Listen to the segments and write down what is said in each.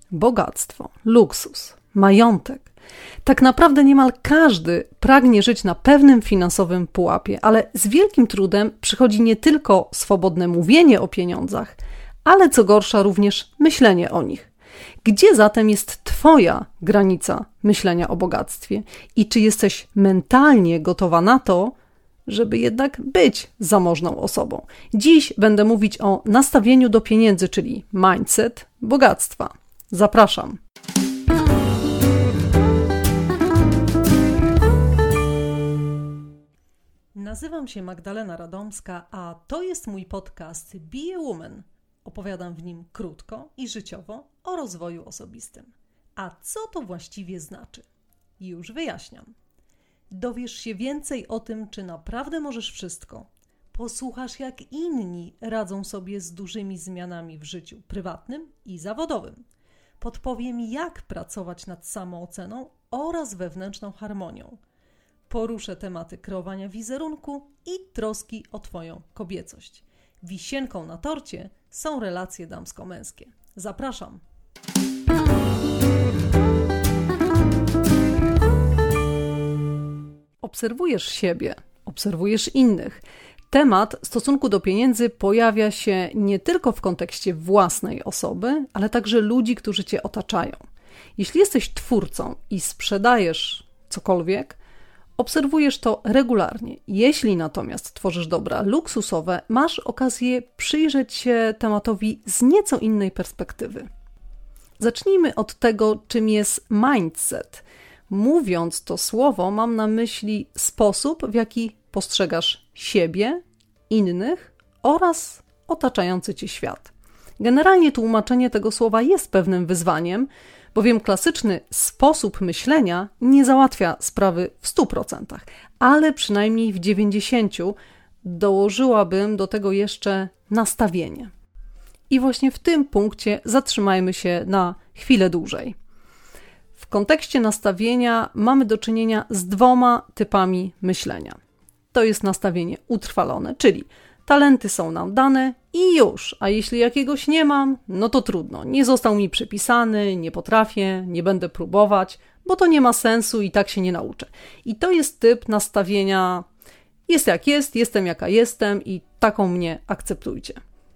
bogactwo, luksus, majątek. Tak naprawdę niemal każdy pragnie żyć na pewnym finansowym pułapie, ale z wielkim trudem przychodzi nie tylko swobodne mówienie o pieniądzach, ale co gorsza również myślenie o nich. Gdzie zatem jest Twoja granica myślenia o bogactwie? I czy jesteś mentalnie gotowa na to, żeby jednak być zamożną osobą? Dziś będę mówić o nastawieniu do pieniędzy, czyli mindset bogactwa. Zapraszam. Nazywam się Magdalena Radomska, a to jest mój podcast Be a Woman. Opowiadam w nim krótko i życiowo o rozwoju osobistym. A co to właściwie znaczy? Już wyjaśniam. Dowiesz się więcej o tym, czy naprawdę możesz wszystko. Posłuchasz, jak inni radzą sobie z dużymi zmianami w życiu prywatnym i zawodowym. Podpowiem, jak pracować nad samooceną oraz wewnętrzną harmonią. Poruszę tematy kreowania wizerunku i troski o Twoją kobiecość. Wisienką na torcie są relacje damsko-męskie. Zapraszam! Obserwujesz siebie, obserwujesz innych. Temat stosunku do pieniędzy pojawia się nie tylko w kontekście własnej osoby, ale także ludzi, którzy Cię otaczają. Jeśli jesteś twórcą i sprzedajesz cokolwiek, obserwujesz to regularnie. Jeśli natomiast tworzysz dobra luksusowe, masz okazję przyjrzeć się tematowi z nieco innej perspektywy. Zacznijmy od tego, czym jest mindset. Mówiąc to słowo, mam na myśli sposób, w jaki postrzegasz siebie, innych oraz otaczający Cię świat. Generalnie tłumaczenie tego słowa jest pewnym wyzwaniem, bowiem klasyczny sposób myślenia nie załatwia sprawy w 100%, ale przynajmniej w 90% dołożyłabym do tego jeszcze nastawienie. I właśnie w tym punkcie zatrzymajmy się na chwilę dłużej. W kontekście nastawienia mamy do czynienia z dwoma typami myślenia. To jest nastawienie utrwalone, czyli talenty są nam dane i już, a jeśli jakiegoś nie mam, no to trudno. Nie został mi przypisany, nie potrafię, nie będę próbować, bo to nie ma sensu i tak się nie nauczę. I to jest typ nastawienia jest jak jest, jestem jaka jestem i taką mnie akceptujcie.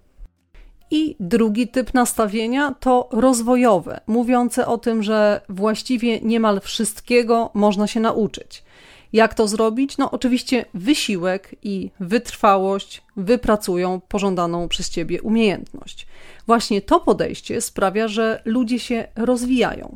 I drugi typ nastawienia to rozwojowe, mówiące o tym, że właściwie niemal wszystkiego można się nauczyć. Jak to zrobić? No oczywiście wysiłek i wytrwałość wypracują pożądaną przez Ciebie umiejętność. Właśnie to podejście sprawia, że ludzie się rozwijają.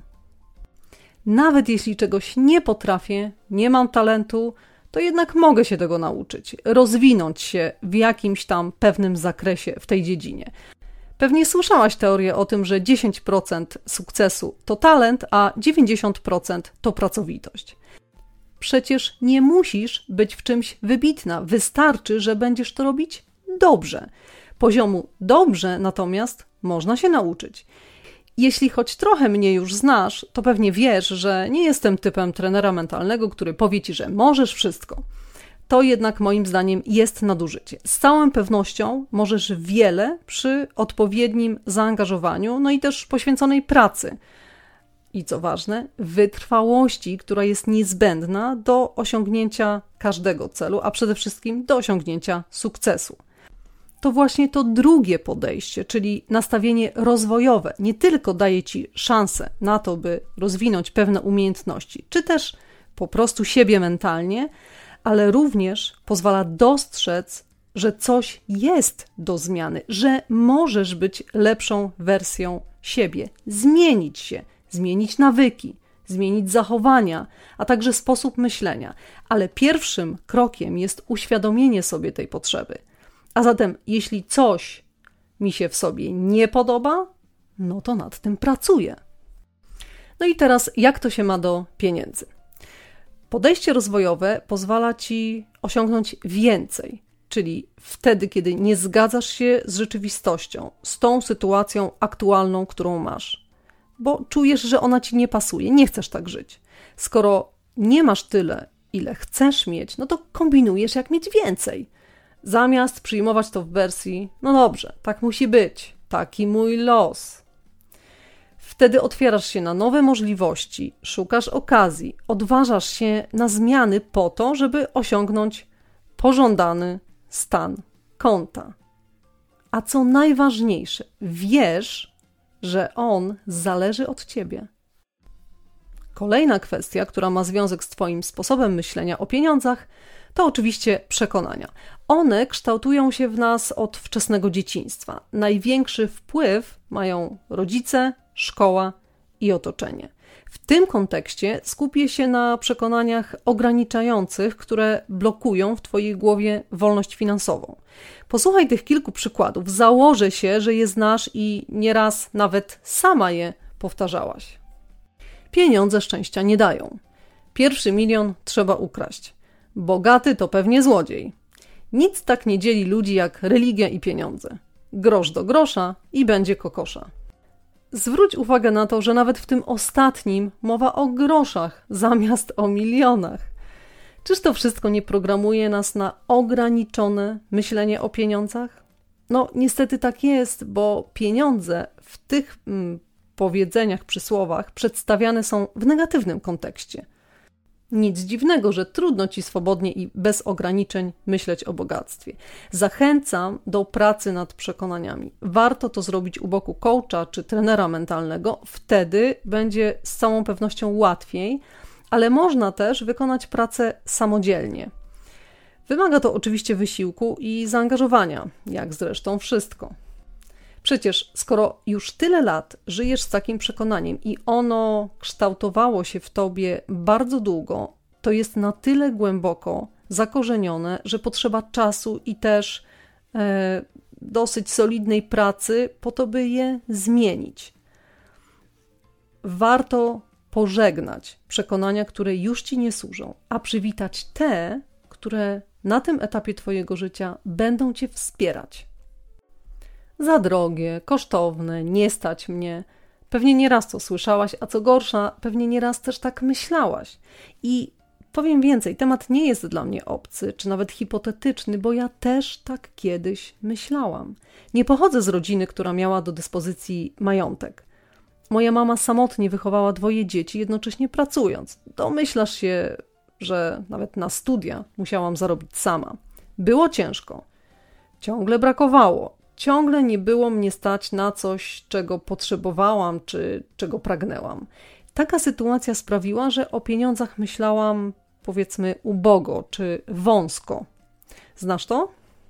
Nawet jeśli czegoś nie potrafię, nie mam talentu, to jednak mogę się tego nauczyć, rozwinąć się w jakimś tam pewnym zakresie w tej dziedzinie. Pewnie słyszałaś teorię o tym, że 10% sukcesu to talent, a 90% to pracowitość. Przecież nie musisz być w czymś wybitna, wystarczy, że będziesz to robić dobrze. Poziomu dobrze natomiast można się nauczyć. Jeśli choć trochę mnie już znasz, to pewnie wiesz, że nie jestem typem trenera mentalnego, który powie Ci, że możesz wszystko. To jednak moim zdaniem jest nadużycie. Z całą pewnością możesz wiele przy odpowiednim zaangażowaniu, no i też poświęconej pracy. I co ważne, wytrwałości, która jest niezbędna do osiągnięcia każdego celu, a przede wszystkim do osiągnięcia sukcesu. To właśnie to drugie podejście, czyli nastawienie rozwojowe, nie tylko daje Ci szansę na to, by rozwinąć pewne umiejętności, czy też po prostu siebie mentalnie, ale również pozwala dostrzec, że coś jest do zmiany, że możesz być lepszą wersją siebie, zmienić się, zmienić nawyki, zmienić zachowania, a także sposób myślenia. Ale pierwszym krokiem jest uświadomienie sobie tej potrzeby. A zatem, jeśli coś mi się w sobie nie podoba, no to nad tym pracuję. No i teraz, jak to się ma do pieniędzy? Podejście rozwojowe pozwala Ci osiągnąć więcej, czyli wtedy, kiedy nie zgadzasz się z rzeczywistością, z tą sytuacją aktualną, którą masz. Bo czujesz, że ona Ci nie pasuje, nie chcesz tak żyć. Skoro nie masz tyle, ile chcesz mieć, no to kombinujesz, jak mieć więcej. Zamiast przyjmować to w wersji, no dobrze, tak musi być, taki mój los. Wtedy otwierasz się na nowe możliwości, szukasz okazji, odważasz się na zmiany po to, żeby osiągnąć pożądany stan konta. A co najważniejsze, wiesz, że on zależy od ciebie. Kolejna kwestia, która ma związek z twoim sposobem myślenia o pieniądzach, to oczywiście przekonania. One kształtują się w nas od wczesnego dzieciństwa. Największy wpływ mają rodzice, szkoła i otoczenie. W tym kontekście skupię się na przekonaniach ograniczających, które blokują w twojej głowie wolność finansową. Posłuchaj tych kilku przykładów. Założę się, że je znasz i nieraz nawet sama je powtarzałaś. Pieniądze szczęścia nie dają. 1 milion trzeba ukraść. Bogaty to pewnie złodziej. Nic tak nie dzieli ludzi jak religia i pieniądze. Grosz do grosza i będzie kokosza. Zwróć uwagę na to, że nawet w tym ostatnim mowa o groszach zamiast o milionach. Czyż to wszystko nie programuje nas na ograniczone myślenie o pieniądzach? No niestety tak jest, bo pieniądze w tych powiedzeniach, przysłowach przedstawiane są w negatywnym kontekście. Nic dziwnego, że trudno ci swobodnie i bez ograniczeń myśleć o bogactwie. Zachęcam do pracy nad przekonaniami. Warto to zrobić u boku coacha czy trenera mentalnego, wtedy będzie z całą pewnością łatwiej, ale można też wykonać pracę samodzielnie. Wymaga to oczywiście wysiłku i zaangażowania, jak zresztą wszystko. Przecież skoro już tyle lat żyjesz z takim przekonaniem i ono kształtowało się w tobie bardzo długo, to jest na tyle głęboko zakorzenione, że potrzeba czasu i też dosyć solidnej pracy po to, by je zmienić. Warto pożegnać przekonania, które już ci nie służą, a przywitać te, które na tym etapie twojego życia będą cię wspierać. Za drogie, kosztowne, nie stać mnie. Pewnie nieraz to słyszałaś, a co gorsza, pewnie nieraz też tak myślałaś. I powiem więcej, temat nie jest dla mnie obcy, czy nawet hipotetyczny, bo ja też tak kiedyś myślałam. Nie pochodzę z rodziny, która miała do dyspozycji majątek. Moja mama samotnie wychowała 2 dzieci, jednocześnie pracując. Domyślasz się, że nawet na studia musiałam zarobić sama. Było ciężko. Ciągle brakowało. Ciągle nie było mnie stać na coś, czego potrzebowałam, czy czego pragnęłam. Taka sytuacja sprawiła, że o pieniądzach myślałam, powiedzmy, ubogo, czy wąsko. Znasz to?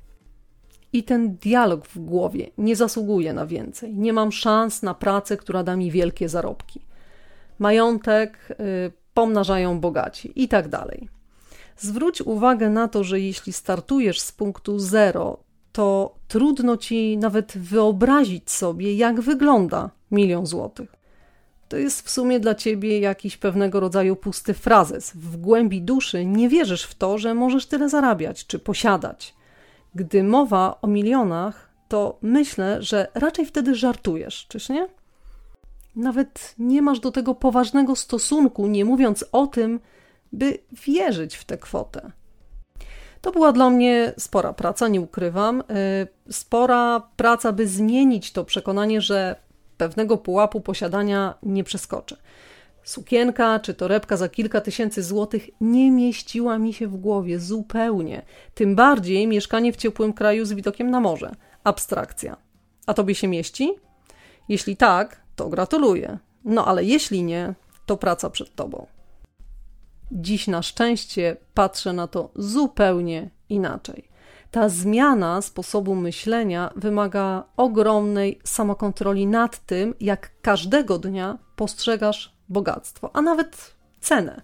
I ten dialog w głowie nie zasługuje na więcej. Nie mam szans na pracę, która da mi wielkie zarobki. Majątek pomnażają bogaci i tak dalej. Zwróć uwagę na to, że jeśli startujesz z punktu 0, to trudno ci nawet wyobrazić sobie, jak wygląda 1 000 000 złotych. To jest w sumie dla ciebie jakiś pewnego rodzaju pusty frazes. W głębi duszy nie wierzysz w to, że możesz tyle zarabiać czy posiadać. Gdy mowa o milionach, to myślę, że raczej wtedy żartujesz, czyż nie? Nawet nie masz do tego poważnego stosunku, nie mówiąc o tym, by wierzyć w tę kwotę. To była dla mnie spora praca, nie ukrywam. Spora praca, by zmienić to przekonanie, że pewnego pułapu posiadania nie przeskoczę. Sukienka czy torebka za kilka tysięcy złotych nie mieściła mi się w głowie zupełnie. Tym bardziej mieszkanie w ciepłym kraju z widokiem na morze. Abstrakcja. A tobie się mieści? Jeśli tak, to gratuluję. No ale jeśli nie, to praca przed tobą. Dziś na szczęście patrzę na to zupełnie inaczej. Ta zmiana sposobu myślenia wymaga ogromnej samokontroli nad tym, jak każdego dnia postrzegasz bogactwo, a nawet cenę.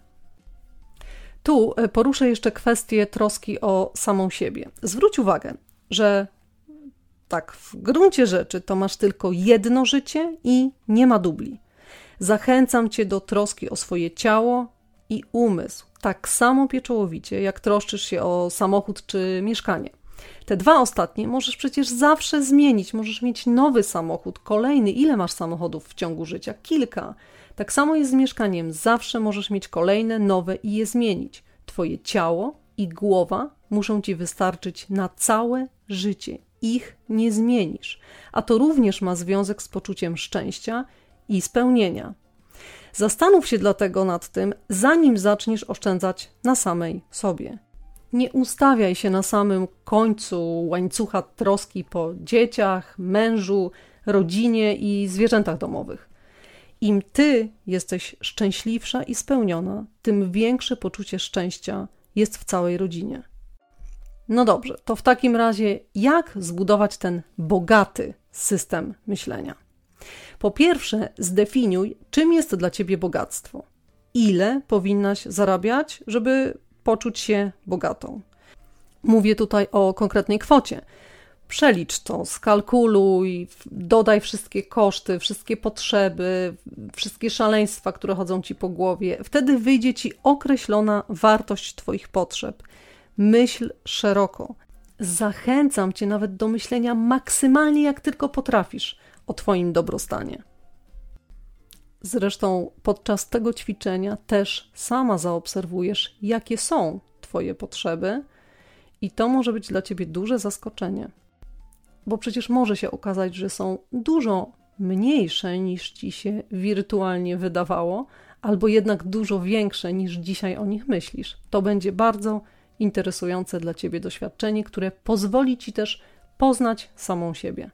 Tu poruszę jeszcze kwestię troski o samą siebie. Zwróć uwagę, że tak w gruncie rzeczy to masz tylko jedno życie i nie ma dubli. Zachęcam cię do troski o swoje ciało i umysł, tak samo pieczołowicie, jak troszczysz się o samochód czy mieszkanie. Te 2 ostatnie możesz przecież zawsze zmienić, możesz mieć nowy samochód, kolejny. Ile masz samochodów w ciągu życia? Kilka. Tak samo jest z mieszkaniem, zawsze możesz mieć kolejne, nowe i je zmienić. Twoje ciało i głowa muszą ci wystarczyć na całe życie. Ich nie zmienisz. A to również ma związek z poczuciem szczęścia i spełnienia. Zastanów się dlatego nad tym, zanim zaczniesz oszczędzać na samej sobie. Nie ustawiaj się na samym końcu łańcucha troski po dzieciach, mężu, rodzinie i zwierzętach domowych. Im ty jesteś szczęśliwsza i spełniona, tym większe poczucie szczęścia jest w całej rodzinie. No dobrze, to w takim razie jak zbudować ten bogaty system myślenia? Po pierwsze, zdefiniuj, czym jest dla ciebie bogactwo. Ile powinnaś zarabiać, żeby poczuć się bogatą? Mówię tutaj o konkretnej kwocie. Przelicz to, skalkuluj, dodaj wszystkie koszty, wszystkie potrzeby, wszystkie szaleństwa, które chodzą ci po głowie. Wtedy wyjdzie ci określona wartość twoich potrzeb. Myśl szeroko. Zachęcam cię nawet do myślenia maksymalnie jak tylko potrafisz o twoim dobrostanie. Zresztą podczas tego ćwiczenia też sama zaobserwujesz, jakie są twoje potrzeby i to może być dla ciebie duże zaskoczenie. Bo przecież może się okazać, że są dużo mniejsze niż ci się wirtualnie wydawało, albo jednak dużo większe niż dzisiaj o nich myślisz. To będzie bardzo interesujące dla ciebie doświadczenie, które pozwoli ci też poznać samą siebie.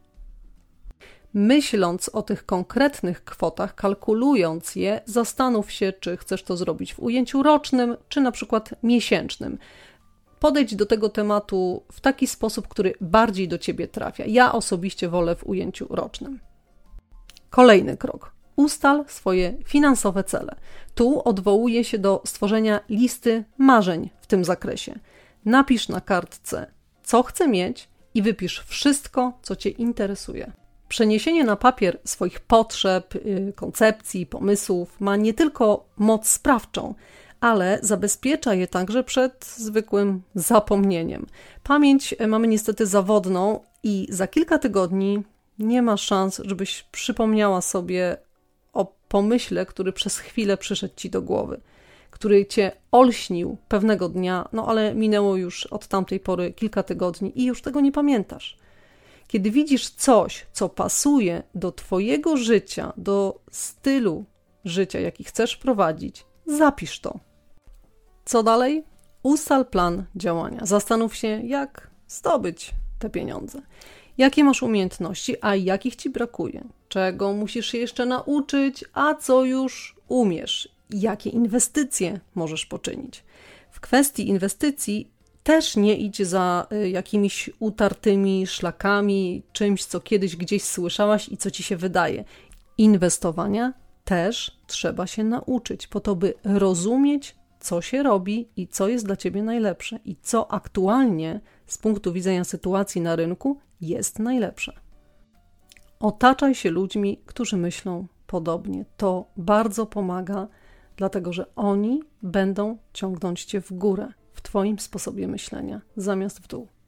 Myśląc o tych konkretnych kwotach, kalkulując je, zastanów się, czy chcesz to zrobić w ujęciu rocznym, czy na przykład miesięcznym. Podejdź do tego tematu w taki sposób, który bardziej do ciebie trafia. Ja osobiście wolę w ujęciu rocznym. Kolejny krok. Ustal swoje finansowe cele. Tu odwołuję się do stworzenia listy marzeń w tym zakresie. Napisz na kartce, co chcę mieć i wypisz wszystko, co cię interesuje. Przeniesienie na papier swoich potrzeb, koncepcji, pomysłów ma nie tylko moc sprawczą, ale zabezpiecza je także przed zwykłym zapomnieniem. Pamięć mamy niestety zawodną i za kilka tygodni nie ma szans, żebyś przypomniała sobie o pomyśle, który przez chwilę przyszedł ci do głowy, który cię olśnił pewnego dnia, no ale minęło już od tamtej pory kilka tygodni i już tego nie pamiętasz. Kiedy widzisz coś, co pasuje do twojego życia, do stylu życia, jaki chcesz prowadzić, zapisz to. Co dalej? Ustal plan działania. Zastanów się, jak zdobyć te pieniądze. Jakie masz umiejętności, a jakich ci brakuje? Czego musisz się jeszcze nauczyć, a co już umiesz? Jakie inwestycje możesz poczynić? W kwestii inwestycji też nie idź za jakimiś utartymi szlakami, czymś, co kiedyś gdzieś słyszałaś i co ci się wydaje. Inwestowania też trzeba się nauczyć po to, by rozumieć, co się robi i co jest dla ciebie najlepsze i co aktualnie z punktu widzenia sytuacji na rynku jest najlepsze. Otaczaj się ludźmi, którzy myślą podobnie. To bardzo pomaga, dlatego że oni będą ciągnąć cię w górę w twoim sposobie myślenia, zamiast w dół.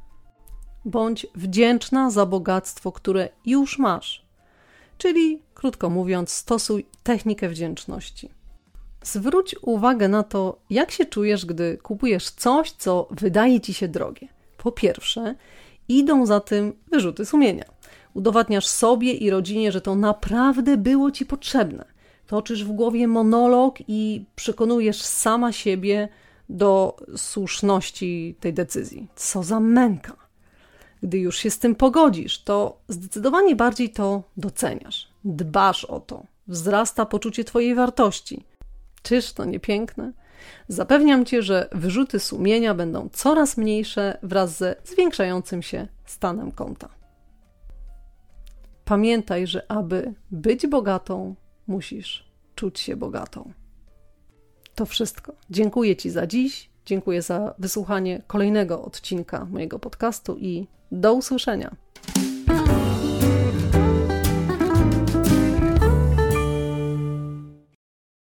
Bądź wdzięczna za bogactwo, które już masz. Czyli, krótko mówiąc, stosuj technikę wdzięczności. Zwróć uwagę na to, jak się czujesz, gdy kupujesz coś, co wydaje ci się drogie. Po pierwsze, idą za tym wyrzuty sumienia. Udowadniasz sobie i rodzinie, że to naprawdę było ci potrzebne. Toczysz w głowie monolog i przekonujesz sama siebie do słuszności tej decyzji. Co za męka. Gdy już się z tym pogodzisz, to zdecydowanie bardziej to doceniasz. Dbasz o to. Wzrasta poczucie twojej wartości. Czyż to nie piękne? Zapewniam cię, że wyrzuty sumienia będą coraz mniejsze wraz ze zwiększającym się stanem konta. Pamiętaj, że aby być bogatą, musisz czuć się bogatą. To wszystko. Dziękuję ci za dziś. Dziękuję za wysłuchanie kolejnego odcinka mojego podcastu i do usłyszenia.